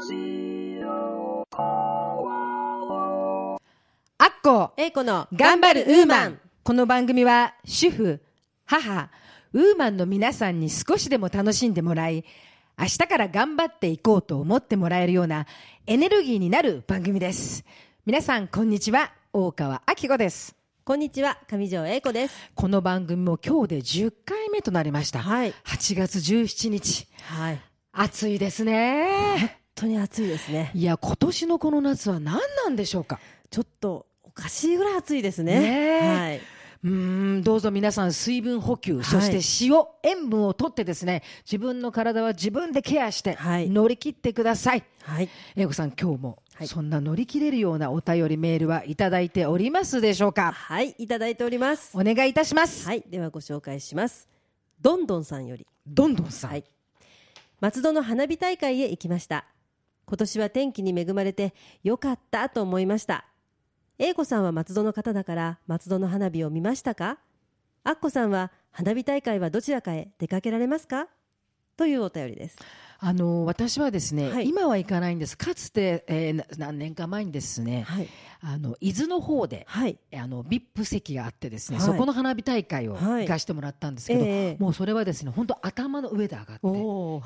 アッコ英子の頑張るウーマン。この番組は主婦、母、ウーマンの皆さんに少しでも楽しんでもらい、明日から頑張っていこうと思ってもらえるようなエネルギーになる番組です。皆さんこんにちは、大川明子です。 こんにちは、上条英子です。 この番組も今日で10回目となりました。 はい、 8月17日。 はい、 暑いですね。 本当に暑いですね。 いや、今年のこの夏は何なんでしょうか。 ちょっとおかしいぐらい暑いですね。はい。 どうぞ皆さん水分補給、そして塩分をとってですね、自分の体は自分でケアして乗り切ってください。 はい。 英子さん、今日もそんな乗り切れるようなお便りメールはいただいておりますでしょうか。 はい、いただいております。 お願いいたします。 はい、ではご紹介します。どんどんさんより。 どんどんさん。 はい。松戸の花火大会へ行きました。今年は天気に恵まれてよかったと思いました。英子さんは松戸の方だから松戸の花火を見ましたか？アッコさんは花火大会はどちらかへ出かけられますか？というお便りです。 私はですね、 はい、 今は行かないんです。かつて、何年か前にですね、 はい、 伊豆の方で、 はい、 VIP 席があってですね、 はい、 そこの花火大会を行かしてもらったんですけど、もうそれはですね、本当頭の上で上がって、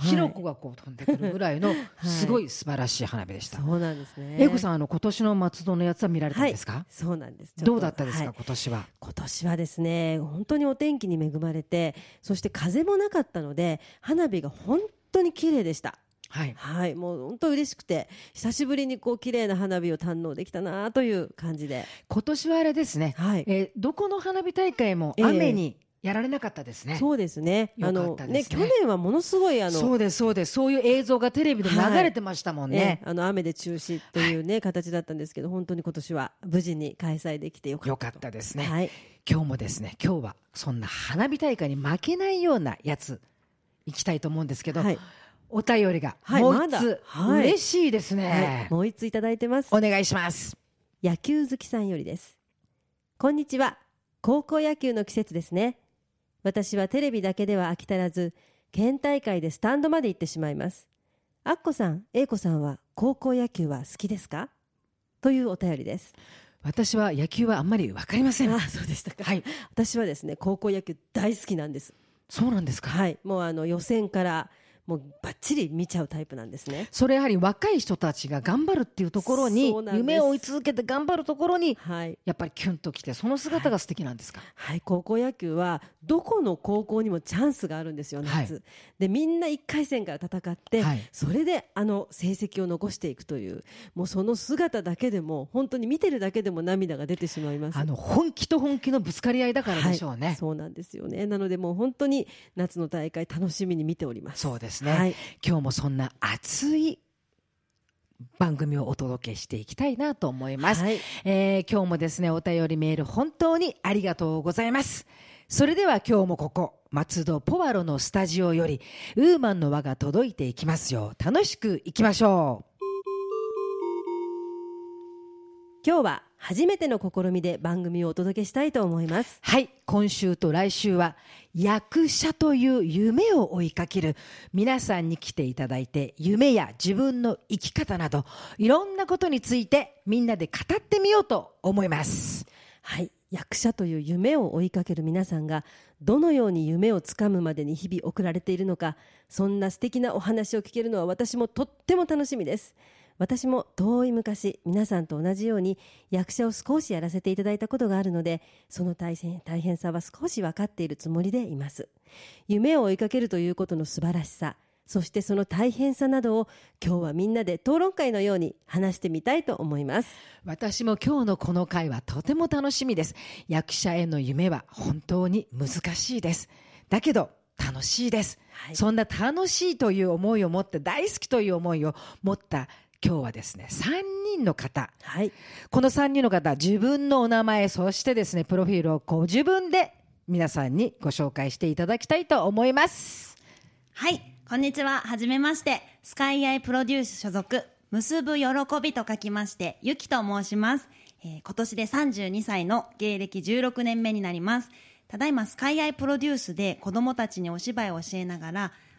火の粉がこう飛んでくるぐらいのすごい素晴らしい花火でした。 そうなんですね。 英子さん、今年の松戸のやつは見られたんですか？ はい、そうなんです。 どうだったですか、今年は。 今年はですね、本当にお天気に恵まれて、そして風もなかったので花火が本当に綺麗でした。 はい、 はい、もう本当嬉しくて、久しぶりにこう綺麗な花火を堪能できたなという感じで。 今年はあれですね、はい、どこの花火大会も雨にやられなかったですね。 そうですね。 よかったですね。 去年はものすごいそうですそうです。そういう映像がテレビで流れてましたもんね。 雨で中止というね、形だったんですけど、本当に今年は無事に開催できてよかったですね。 はい、 今日もですね、今日はそんな花火大会に負けないようなやつ行きたいと思うんですけど。はい、お便りがもう一つ、嬉しいですね。 もう一ついただいてます。 お願いします。 野球好きさんよりです。こんにちは。高校野球の季節ですね。私はテレビだけでは飽き足らず、県大会でスタンドまで行ってしまいます。アッコさん、英子さんは高校野球は好きですか？というお便りです。 私は野球はあんまり分かりません。 そうでしたか。 はい、 私はですね、高校野球大好きなんです。 そうなんですか。 はい、もう予選からもうバッチリ見ちゃうタイプなんですね。 それやはり若い人たちが頑張るっていうところに、夢を追い続けて頑張るところに、はい、やっぱりキュンときて、その姿が素敵なんですか？ はい、はい、高校野球はどこの高校にもチャンスがあるんですよ、夏。はい、でみんな1回戦から戦って、はい、それで成績を残していくという、もうその姿だけでも本当に見てるだけでも涙が出てしまいます。 本気と本気のぶつかり合いだからでしょうね。 はい、そうなんですよね。なのでもう本当に夏の大会楽しみに見ております。 そうですね。 はい、 今日もそんな熱い番組をお届けしていきたいなと思います。はい、今日もですね、お便りメール本当にありがとうございます。それでは今日もここ松戸ポワロのスタジオよりウーマンの輪が届いていきますよ。楽しくいきましょう。 今日は初めての試みで番組をお届けしたいと思います。 はい、今週と来週は役者という夢を追いかける皆さんに来ていただいて、夢や自分の生き方などいろんなことについてみんなで語ってみようと思います。 はい、役者という夢を追いかける皆さんがどのように夢をつかむまでに日々送られているのか、そんな素敵なお話を聞けるのは私もとっても楽しみです。私も遠い昔皆さんと同じように役者を少しやらせていただいたことがあるので、その大変さは少し分かっているつもりでいます。夢を追いかけるということの素晴らしさ、そしてその大変さなどを今日はみんなで討論会のように話してみたいと思います。 私も今日のこの会はとても楽しみです。役者への夢は本当に難しいです。だけど楽しいです、はい、そんな楽しいという思いを持って、大好きという思いを持った今日はですね、3人の方、はい、この3人の方、自分のお名前、そしてですね、プロフィールをご自分で皆さんにご紹介していただきたいと思います。 はい、こんにちは。はじめまして。スカイアイプロデュース所属、結ぶ喜びと書きまして、ゆきと申します。今年で32歳の芸歴16年目になります。ただいまスカイアイプロデュースで子どもたちにお芝居を教えながら、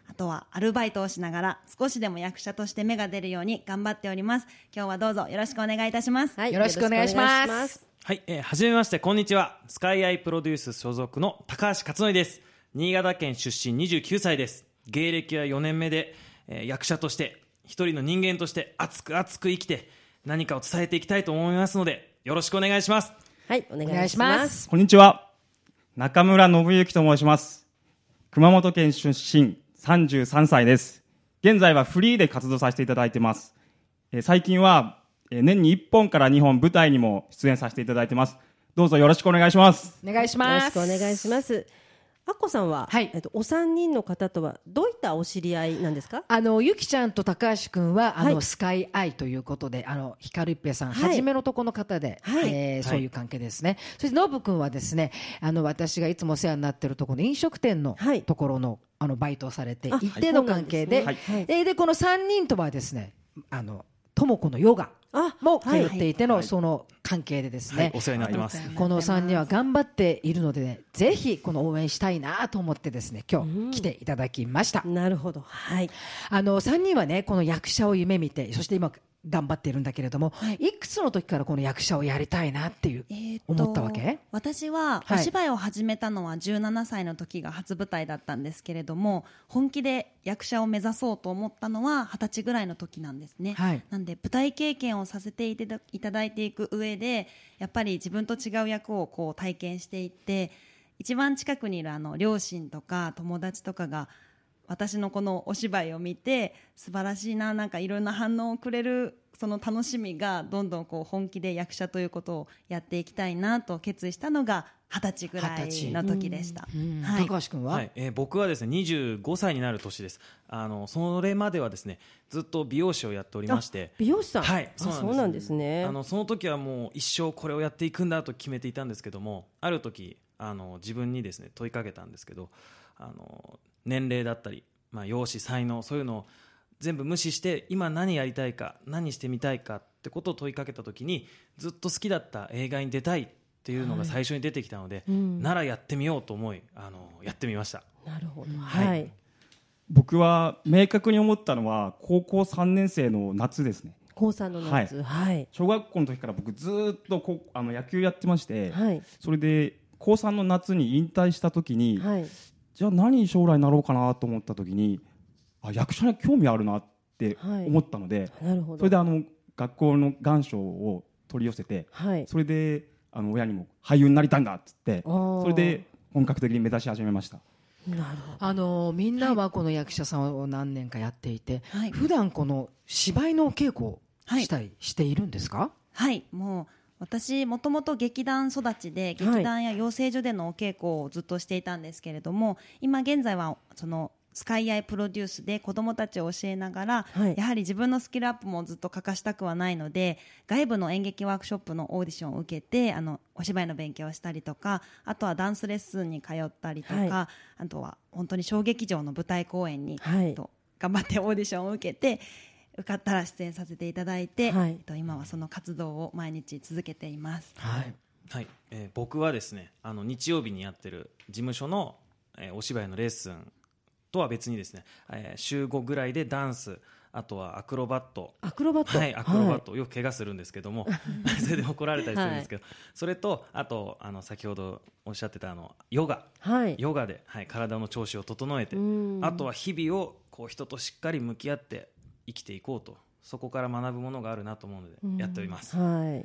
あとはアルバイトをしながら少しでも役者として芽が出るように頑張っております。今日はどうぞよろしくお願いいたします。 はい、 よろしくお願いしますよろしくお願いします。 はい、はじめまして、こんにちは。スカイアイプロデュース所属の高橋克典です。新潟県出身29歳です。芸歴は4年目で、役者として一人の人間として熱く熱く生きて何かを伝えていきたいと思いますので、よろしくお願いします。 はい、お願いします。 こんにちは。中村信之と申します。熊本県出身、33歳です。現在はフリーで活動させていただいてます。最近は年に1本から2本舞台にも出演させていただいてます。どうぞよろしくお願いします。 お願いします。 よろしくお願いします。あっこさんは、 はいお三人の方とはどういったお知り合いなんですか？ ゆきちゃんと高橋くんははいスカイアイということで光一平さん、 はい初めのとこの方で、 はいそういう関係ですね。そしてノブくんはですね私がいつもお世話になっているところの飲食店のはいところのバイトをされてあ一定の関係で、 そうなんですねはいでこの3人とはですねともこのヨガも通っていてのその関係でですね、 お世話になってます。 この3人は頑張っているので、ね、ぜひこの応援したいなと思ってですね今日来ていただきました。 なるほど。はい。 3人はねこの役者を夢見て、そして今頑張っているんだけれども、いくつの時からこの役者をやりたいなっていう思ったわけ？ 私はお芝居を始めたのは17歳の時が初舞台だったんですけれども、本気で役者を目指そうと思ったのは20歳ぐらいの時なんですね。 はい、 なんで舞台経験をさせていただいていく上で、やっぱり自分と違う役をこう体験していって、一番近くにいる両親とか友達とかが私のこのお芝居を見て素晴らしいな、なんかいろんな反応をくれるその楽しみがどんどんこう本気で役者ということをやっていきたいなと決意したのが20歳ぐらいの時でした。はい、 高橋君は、 僕はですね25歳になる年です。それまではですねずっと美容師をやっておりまして。 美容師さん。 はい、 そうなんですね。 その時はもう一生これをやっていくんだと決めていたんですけども、ある時自分にですね問いかけたんですけど、年齢だったり、容姿才能そういうのを全部無視して今何やりたいか何してみたいかってことを問いかけた時に、ずっと好きだった映画に出たいっていうのが最初に出てきたので、ならやってみようと思いやってみました。 なるほど。 はい、 僕は明確に思ったのは高校3年生の夏ですね。 高3の夏。はい。 小学校の時から僕ずっと野球やってまして、 はい、 それで高3の夏に引退した時に、 はい、 じゃあ何に将来になろうかなと思った時に、役者に興味あるなって思ったので、 なるほど。 それで学校の願書を取り寄せて、 はい、 それで親にも俳優になりたいんだっつって、それで本格的に目指し始めました。 なるほど。 みんなはこの役者さんを何年かやっていて、 はい、 普段この芝居の稽古をしているんですか？ はい、もう私もともと劇団育ちで劇団や養成所でのお稽古をずっとしていたんですけれども、今現在はそのスカイアイプロデュースで子どもたちを教えながら、やはり自分のスキルアップもずっと欠かしたくはないので、外部の演劇ワークショップのオーディションを受けてお芝居の勉強をしたりとか、あとはダンスレッスンに通ったりとか、あとは本当に小劇場の舞台公演に、頑張ってオーディションを受けて受かったら出演させていただいて、今はその活動を毎日続けています。 はいはい、僕はですね日曜日にやってる事務所の、お芝居のレッスンとは別にですね、週5ぐらいでダンス、あとはアクロバット、はい、アクロバット、よく怪我するんですけどもそれで怒られたりするんですけど、それとあと先ほどおっしゃってたヨガで、体の調子を整えて、あとは日々を人としっかり向き合って生きていこうと、そこから学ぶものがあるなと思うのでやっております。 はい、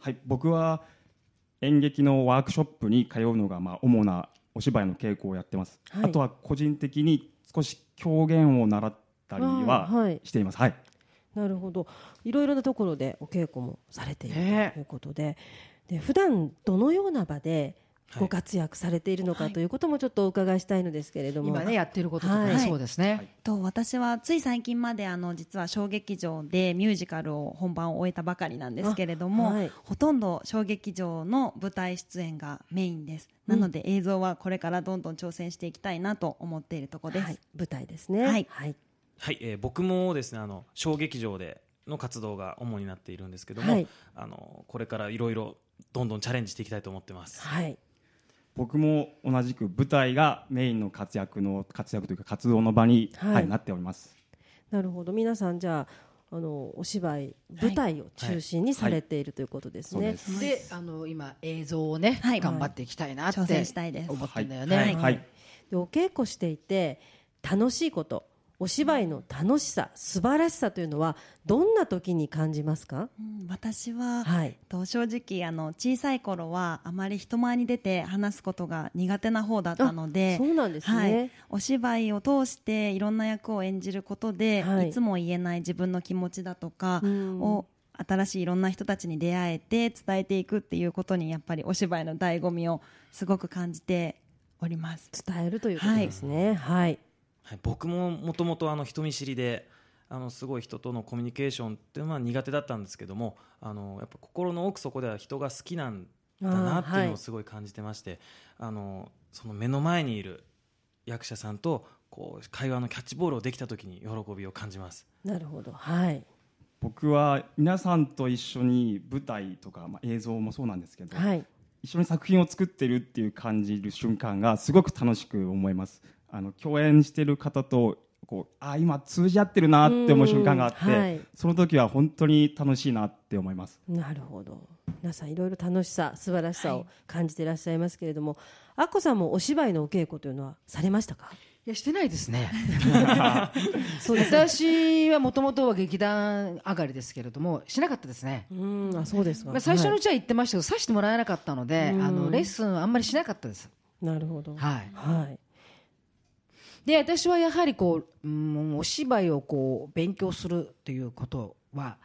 僕は演劇のワークショップに通うのが主なお芝居の稽古をやってます。あとは個人的に少し狂言を習ったりはしています。はい、 なるほど。いろいろなところでお稽古もされているということで、普段どのような場でご活躍されているのかということもちょっとお伺いしたいのですけれども、 今ねやっていることとか、そうですね。 私はつい最近まで実は小劇場でミュージカルを本番を終えたばかりなんですけれども、ほとんど小劇場の舞台出演がメインです。なので映像はこれからどんどん挑戦していきたいなと思っているところです。 舞台ですね。 はい、 僕もですね小劇場での活動が主になっているんですけども、これからいろいろどんどんチャレンジしていきたいと思ってます。 僕も同じく舞台がメインの活躍というか活動の場に、なっております。 なるほど。皆さんじゃあお芝居舞台を中心にされているということですね。 で今映像をね、頑張っていきたいなって思ってんだよね。 でお稽古していて楽しいこと、お芝居の楽しさ、素晴らしさというのはどんな時に感じますか？ 私は、正直小さい頃はあまり人前に出て話すことが苦手な方だったので、 そうなんですね。 お芝居を通していろんな役を演じることで、いつも言えない自分の気持ちだとかを新しいいろんな人たちに出会えて伝えていくっていうことにやっぱりお芝居の醍醐味をすごく感じております。 伝えるということですね。 僕ももともと人見知りですごい人とのコミュニケーションっていうのは苦手だったんですけども、やっぱ心の奥底では人が好きなんだなっていうのをすごい感じてまして、その目の前にいる役者さんとこう会話のキャッチボールをできた時に喜びを感じます。 なるほど。 僕は皆さんと一緒に舞台とか、映像もそうなんですけど、一緒に作品を作ってるっていう感じる瞬間がすごく楽しく思います。共演してる方と今通じ合ってるなって思う瞬間があって、その時は本当に楽しいなって思います。 なるほど。皆さんいろいろ楽しさ、素晴らしさを感じていらっしゃいますけれども、アッコさんもお芝居のお稽古というのはされましたか？ いや、してないですね。私はもともとは劇団上がりですけれども、しなかったですね。 そうですか。 最初のうちは言ってましたけど、させてもらえなかったので、レッスンあんまりしなかったです。 なるほど。 で、私はやはりお芝居を勉強するということは、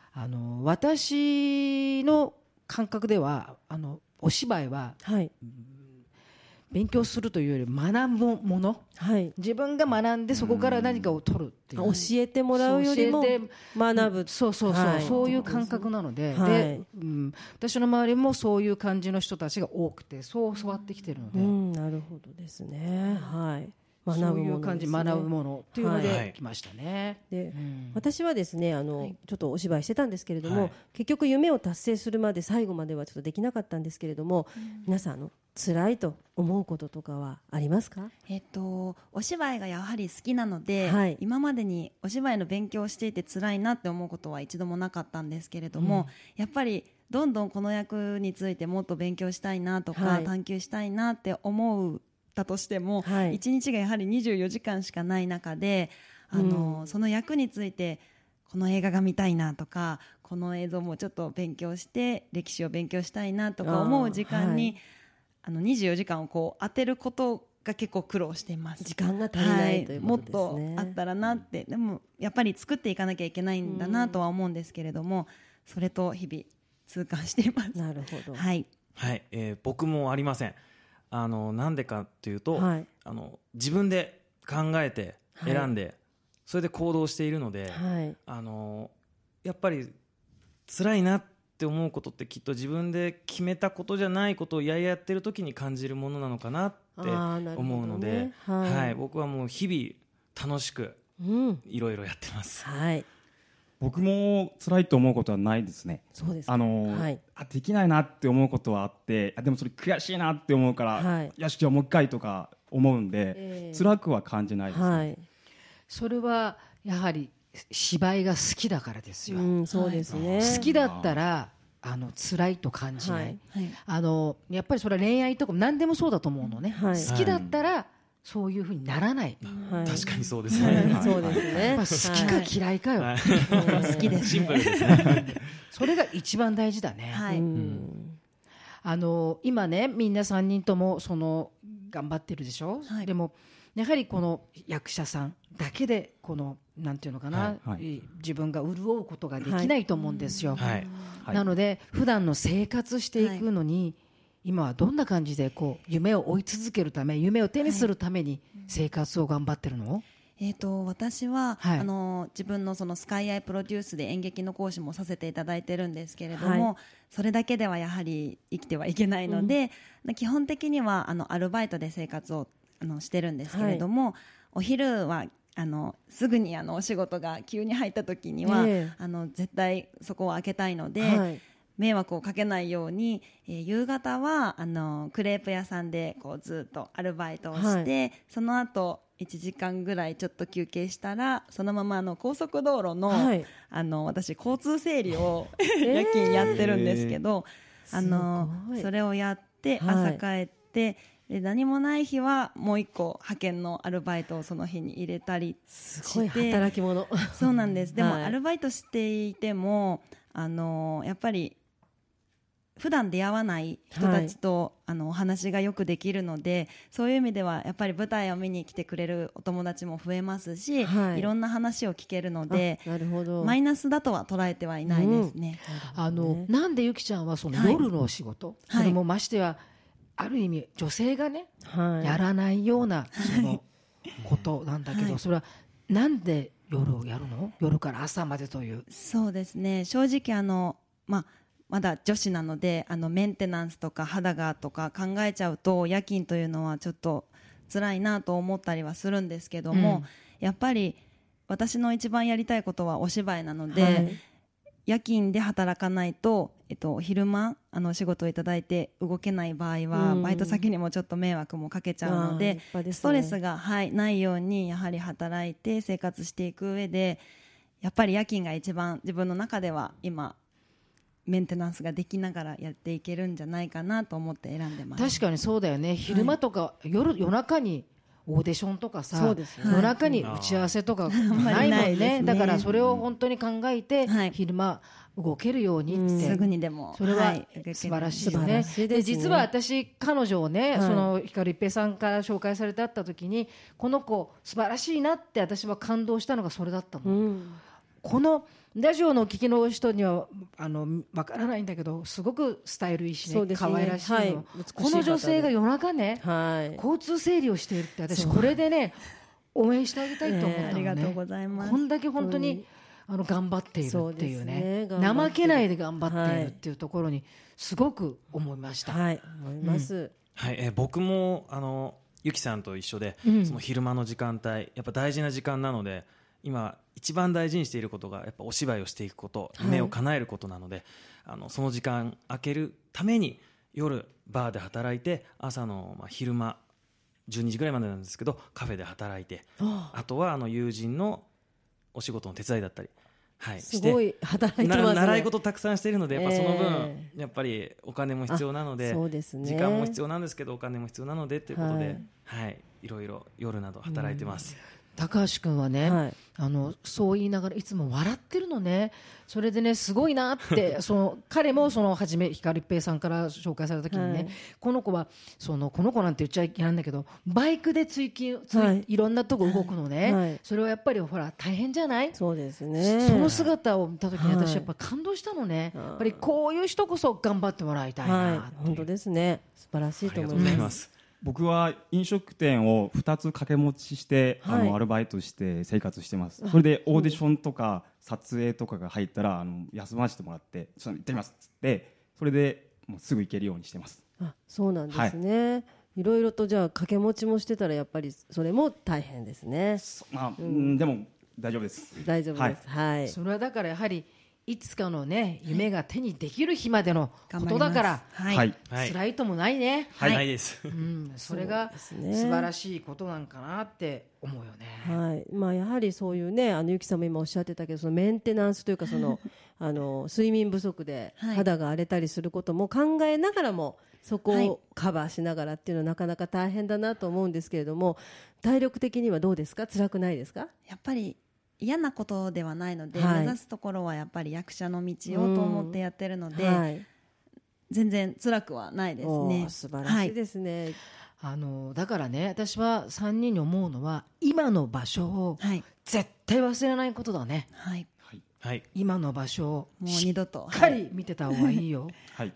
私の感覚ではお芝居は、勉強するというより学ぶもの、自分が学んでそこから何かを取るっていう、 教えてもらうよりも学ぶ、 そういう感覚なので、私の周りもそういう感じの人たちが多くて、そう教わってきてるので、 なるほどですね。 そういう感じ、学ぶものというので来ましたね。 で、私はですねちょっとお芝居してたんですけれども、結局夢を達成するまで最後まではちょっとできなかったんですけれども、皆さん辛いと思うこととかはありますか？ お芝居がやはり好きなので、今までにお芝居の勉強をしていて辛いなって思うことは一度もなかったんですけれども、やっぱりどんどんこの役についてもっと勉強したいなとか、探求したいなって思うだとしても、1日がやはり24時間しかない中でその役についてこの映画が見たいなとか、この映像もちょっと勉強して歴史を勉強したいなとか思う時間に24時間を当てることが結構苦労しています。 時間が足りないということですね。 もっとあったらなって。でもやっぱり作っていかなきゃいけないんだなとは思うんですけれども、それと日々痛感しています。 なるほど。 僕もありません。なんでかというと、自分で考えて選んで、それで行動しているので、やっぱり辛いなって思うことってきっと自分で決めたことじゃないことをやってる時に感じるものなのかなって思うので、僕はもう日々楽しくいろいろやってます。 僕も辛いと思うことはないですね。 そうですできないなって思うことはあって、でもそれ悔しいなって思うから、よしじゃあもう一回とか思うんで、辛くは感じないですね。 それはやはり芝居が好きだからですよ。 そうですね。 好きだったら辛いと感じない。やっぱりそれは恋愛とか何でもそうだと思うのね。好きだったらそういうふうにならない。 確かにそうですね。 そうですね。 好きか嫌いかよ。 好きです。 シンプルですね。 それが一番大事だね。今ね、みんな3人とも頑張ってるでしょ。でもやはりこの役者さんだけでなんていうのかな、自分が潤うことができないと思うんですよ。なので普段の生活していくのに、今はどんな感じで夢を追い続けるため、夢を手にするために生活を頑張ってるの？ 私は、自分のスカイアイプロデュースで演劇の講師もさせていただいてるんですけれども、それだけではやはり生きてはいけないので、基本的にはアルバイトで生活をしてるんですけれども、お昼はすぐにお仕事が急に入った時には、絶対そこを開けたいので、 迷惑をかけないように、夕方はクレープ屋さんでこうずっとアルバイトをして、その後1時間ぐらいちょっと休憩したらそのまま高速道路の、私交通整理を夜勤やってるんですけど、それをやって朝帰って、で何もない日はもう一個派遣のアルバイトをその日に入れたりして、 すごい働き者そうなんです。でもアルバイトしていてもやっぱり普段出会わない人たちと、お話がよくできるので、そういう意味ではやっぱり舞台を見に来てくれるお友達も増えますし、いろんな話を聞けるので、 なるほど、 マイナスだとは捉えてはいないですね。 なんでゆきちゃんはその夜のお仕事、それもましてやある意味女性がね、やらないようなそのことなんだけど、それはなんで夜をやるの？夜から朝までという。 そうですね、正直まだ女子なのでメンテナンスとか肌がとか考えちゃうと夜勤というのはちょっと辛いなと思ったりはするんですけども、やっぱり私の一番やりたいことはお芝居なので、夜勤で働かないと、昼間お仕事をいただいて動けない場合は、バイト先にもちょっと迷惑もかけちゃうので、ストレスが、ないようにやはり働いて生活していく上でやっぱり夜勤が一番自分の中では今メンテナンスができながらやっていけるんじゃないかなと思って選んでます。 確かにそうだよね。昼間とか、夜中にオーディションとかさ、夜中に打ち合わせとかないもんね。だからそれを本当に考えて、昼間動けるようにって、 すぐにでもそれは素晴らしいよね。で実は私彼女をね、その光一平さんから紹介されて会った時に、この子素晴らしいなって私は感動したのがそれだったの。このラジオの聞きの人にはわからないんだけど、すごくスタイルいいしね、可愛らしいの、この女性が夜中ね、交通整理をしているって、私これでね応援してあげたいと思ったのね。 ありがとうございます。 こんだけ本当に頑張っているっていうね、怠けないで頑張っているっていうところにすごく思いました。 思います。 僕もゆきさんと一緒で、その昼間の時間帯やっぱ大事な時間なので、今一番大事にしていることがやっぱお芝居をしていくこと、夢を叶えることなので、その時間空けるために夜バーで働いて、朝の昼間12時ぐらいまでなんですけどカフェで働いて、あとは友人のお仕事の手伝いだったり、 すごい働いてますね。 習い事たくさんしているので、やっぱその分やっぱりお金も必要なので、時間も必要なんですけどお金も必要なのでということで、いろいろ夜など働いてます。 高橋君はね、そう言いながらいつも笑ってるのね。それでね、すごいなって彼も初め光一平さんから紹介された時にね、この子はこの子なんて言っちゃいけないんだけど、バイクでいろんなとこ動くのね、それはやっぱりほら大変じゃない。 そうですね。 その姿を見た時に私やっぱ感動したのね。やっぱりこういう人こそ頑張ってもらいたいなって。 本当ですね。素晴らしいと思います。 僕は飲食店を2つ掛け持ちして、アルバイトして生活してます。それでオーディションとか撮影とかが入ったら休ませてもらって、行ってみますっつって、それでもうすぐ行けるようにしてます。 そうなんですね。いろいろとじゃあ掛け持ちもしてたらやっぱりそれも大変ですね。 でも大丈夫です。 大丈夫です。 それはだからやはりいつかのね、夢が手にできる日までのことだから、辛いともないね。 ないです。 それが素晴らしいことなんかなって思うよね。 やはりそういうね、ゆきさんも今おっしゃってたけど、そのメンテナンスというか睡眠不足で肌が荒れたりすることも考えながらも、そこをカバーしながらっていうのはなかなか大変だなと思うんですけれども、体力的にはどうですか？辛くないですか？ やっぱり嫌なことではないので、目指すところはやっぱり役者の道をと思ってやってるので、全然辛くはないですね。 素晴らしいですね。 だからね、私は3人に思うのは、今の場所を絶対忘れないことだね。今の場所をもう二度としっかり見てた方がいいよ。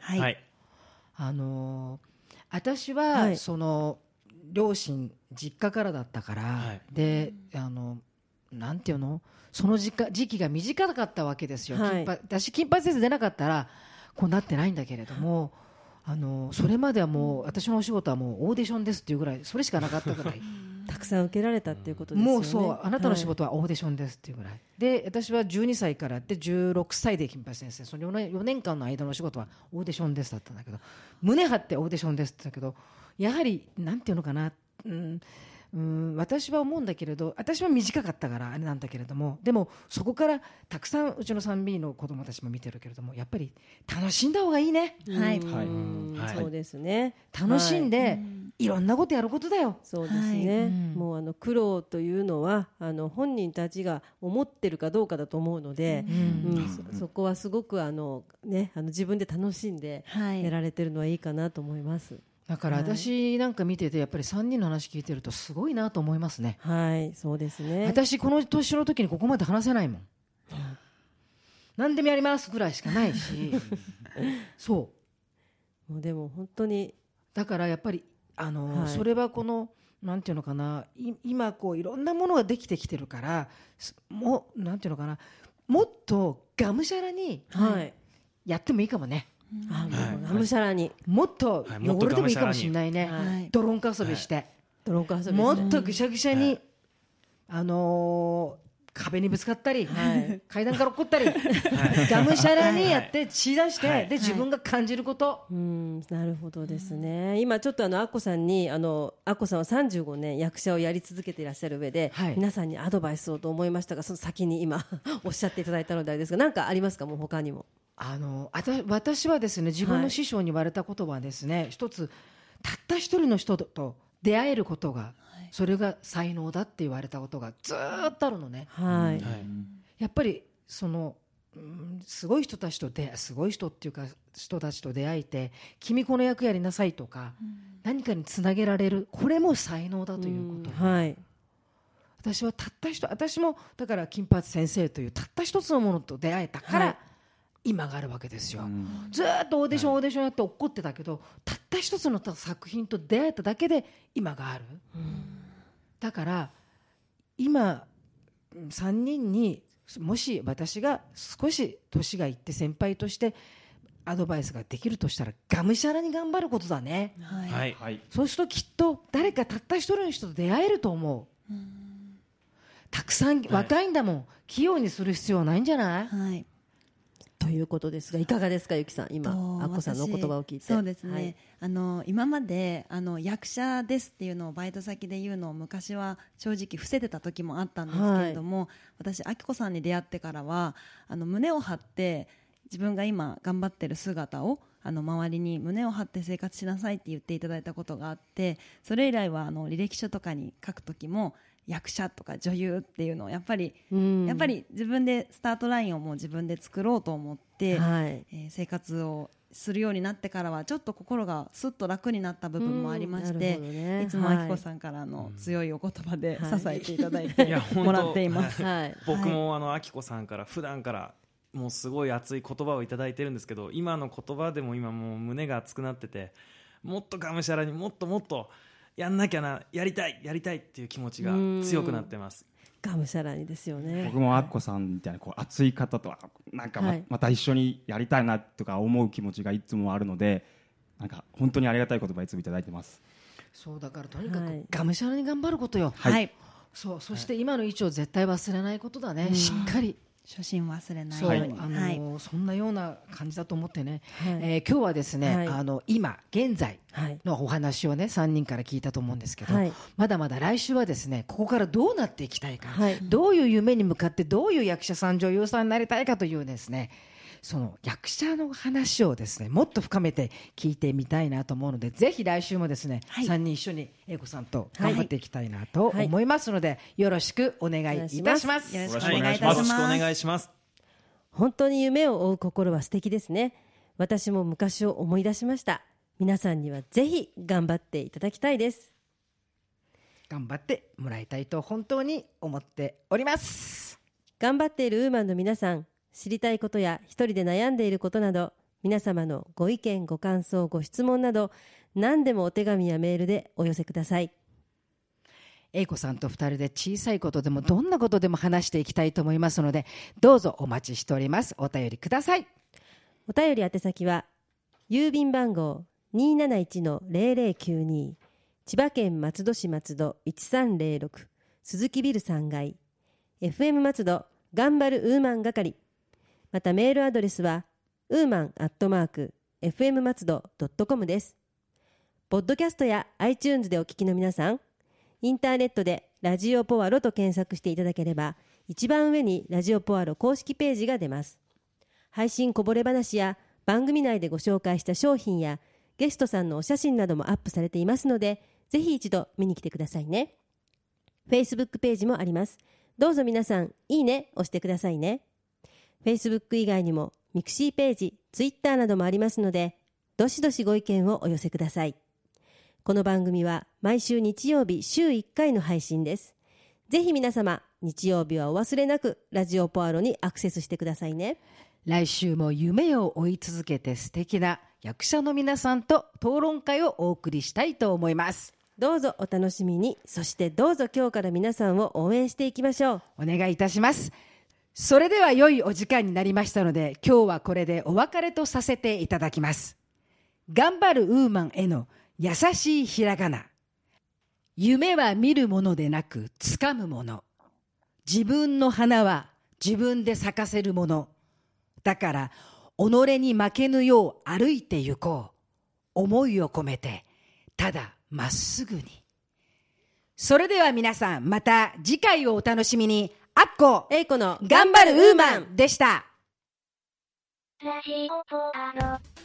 私は両親実家からだったから、でなんていうの、その時期が短かったわけですよ。私金八先生出なかったらこうなってないんだけれども、それまではもう私のお仕事はもうオーディションですっていうぐらい、それしかなかったぐらいたくさん受けられたっていうことですよね。 もうそう、あなたの仕事はオーディションですっていうぐらい、で私は12歳からで16歳で金八先生、その4年間の間の仕事はオーディションですだったんだけど、胸張ってオーディションですって言ったけど、やはりなんていうのかな、私は思うんだけれど、私は短かったからあれなんだけれども、でもそこからたくさんうちの 3B の子供たちも見てるけれども、やっぱり楽しんだ方がいいね。 はい、 はいそうですね。 楽しんはいで、いろんなことやることだよ。 そうですね、 はいもう苦労というのは本人たちが思ってるかどうかだと思うので、そこはすごく自分で楽しんでやられてるのはいいかなと思います。 だから私なんか見ててやっぱり3人の話聞いてるとすごいなと思いますね。 はい、そうですね。 私この年の時にここまで話せないもん、何でもやりますぐらいしかないしそうもうでも本当にだからやっぱりそれはこのなんていうのかな、今こういろんなものができてきてるから、なんていうのかな、もっとがむしゃらにやってもいいかもね。 がむしゃらにもっと汚れてもいいかもしれないね。ドロンカ遊びして、もっとぐしゃぐしゃに、壁にぶつかったり、階段から落っこったり、がむしゃらにやって血出して、で自分が感じること。 なるほどですね。今ちょっとアッコさんにアッコさんは35年役者をやり続けていらっしゃる上で、皆さんにアドバイスをと思いましたが、その先に今おっしゃっていただいたのであれですが、何かありますか？もう他にも。 私はですね、自分の師匠に言われたことはですね、一つ、たった一人の人と出会えることが、それが才能だって言われたことがずっとあるのね。やっぱりすごい人たちとすごい人っていうか人たちと出会えて、君この役やりなさいとか、何かにつなげられる、これも才能だということ。私はたった一人、私もだから金八先生というたった一つのものと出会えたから、今があるわけですよ。ずっとオーディションやって怒ってたけど、たった一つの作品と出会えただけで今がある。だから今3人にもし私が少し年がいって先輩としてアドバイスができるとしたら、がむしゃらに頑張ることだね。そうするときっと誰かたった一人の人と出会えると思う。たくさん若いんだもん、器用にする必要ないんじゃない？ ということですが、いかがですか、ゆきさん、今アッコさんの言葉を聞いて。 そうですね、今まで役者ですっていうのをバイト先で言うのを昔は正直伏せてた時もあったんですけれども、私あきこさんに出会ってからは胸を張って自分が今頑張ってる姿を周りに胸を張って生活しなさいって言っていただいたことがあって、それ以来は履歴書とかに書く時も役者とか女優っていうのをやっぱり自分でスタートラインをもう自分で作ろうと思って、生活をするようになってからはちょっと心がすっと楽になった部分もありまして、いつもあきこさんからの強いお言葉で支えていただいてもらっています。 僕もあきこさんから普段からもうすごい熱い言葉をいただいてるんですけど、今の言葉でも今もう胸が熱くなってて、もっとがむしゃらにもっともっとやんなきゃな、やりたいっていう気持ちが強くなってます。 がむしゃらにですよね。 僕もアッコさんみたいな熱い方とはなんか また一緒にやりたいなとか思う気持ちがいつもあるので、なんか本当にありがたい言葉いつもいただいてます。 そうだからとにかくがむしゃらに頑張ることよ。そして今の位置を絶対忘れないことだね。しっかり初心忘れないように、 そんなような感じだと思ってね、今日はですね、今現在のお話をね3人から聞いたと思うんですけど、まだまだ来週はですね、ここからどうなっていきたいか、どういう夢に向かってどういう役者さん女優さんになりたいかというですね、その役者の話をですねもっと深めて聞いてみたいなと思うので、ぜひ来週もですね、3人一緒に英子さんと頑張っていきたいなと思いますので、よろしくお願いいたします。 よろしくお願いいたします。 よろしくお願いします。 本当に夢を追う心は素敵ですね。私も昔を思い出しました。皆さんにはぜひ頑張っていただきたいです。 頑張ってもらいたいと本当に思っております。 頑張っているウーマンの皆さん、知りたいことや一人で悩んでいることなど、皆様のご意見ご感想ご質問など、何でもお手紙やメールでお寄せください。 英子さんと2人で小さいことでもどんなことでも話していきたいと思いますので、どうぞお待ちしております。お便りください。 お便り宛先は郵便番号 271-0092 千葉県松戸市松戸1306鈴木ビル3階 FM 松戸頑張るウーマン係。またメールアドレスはwoman@fm松戸.com です。ポッドキャストや iTunes でお聞きの皆さん、インターネットでラジオポアロと検索していただければ、一番上にラジオポアロ公式ページが出ます。配信こぼれ話や番組内でご紹介した商品やゲストさんのお写真などもアップされていますので、ぜひ一度見に来てくださいね。Facebook ページもあります。どうぞ皆さん、いいね押してくださいね。Facebook 以外にもミクシーページ、Twitter などもありますので、どしどしご意見をお寄せください。この番組は毎週日曜日週1回の配信です。ぜひ皆様、日曜日はお忘れなくラジオポアロにアクセスしてくださいね。 来週も夢を追い続けて素敵な役者の皆さんと討論会をお送りしたいと思います。 どうぞお楽しみに。そしてどうぞ今日から皆さんを応援していきましょう。 お願いいたします。それでは良いお時間になりましたので、今日はこれでお別れとさせていただきます。頑張るウーマンへの優しいひらがな。夢は見るものでなく掴むもの。自分の花は自分で咲かせるもの。だから己に負けぬよう歩いて行こう。思いを込めてただまっすぐに。それでは皆さん、また次回をお楽しみに。アッコ英子の頑張るウーマンでした。 ラジオポアロ。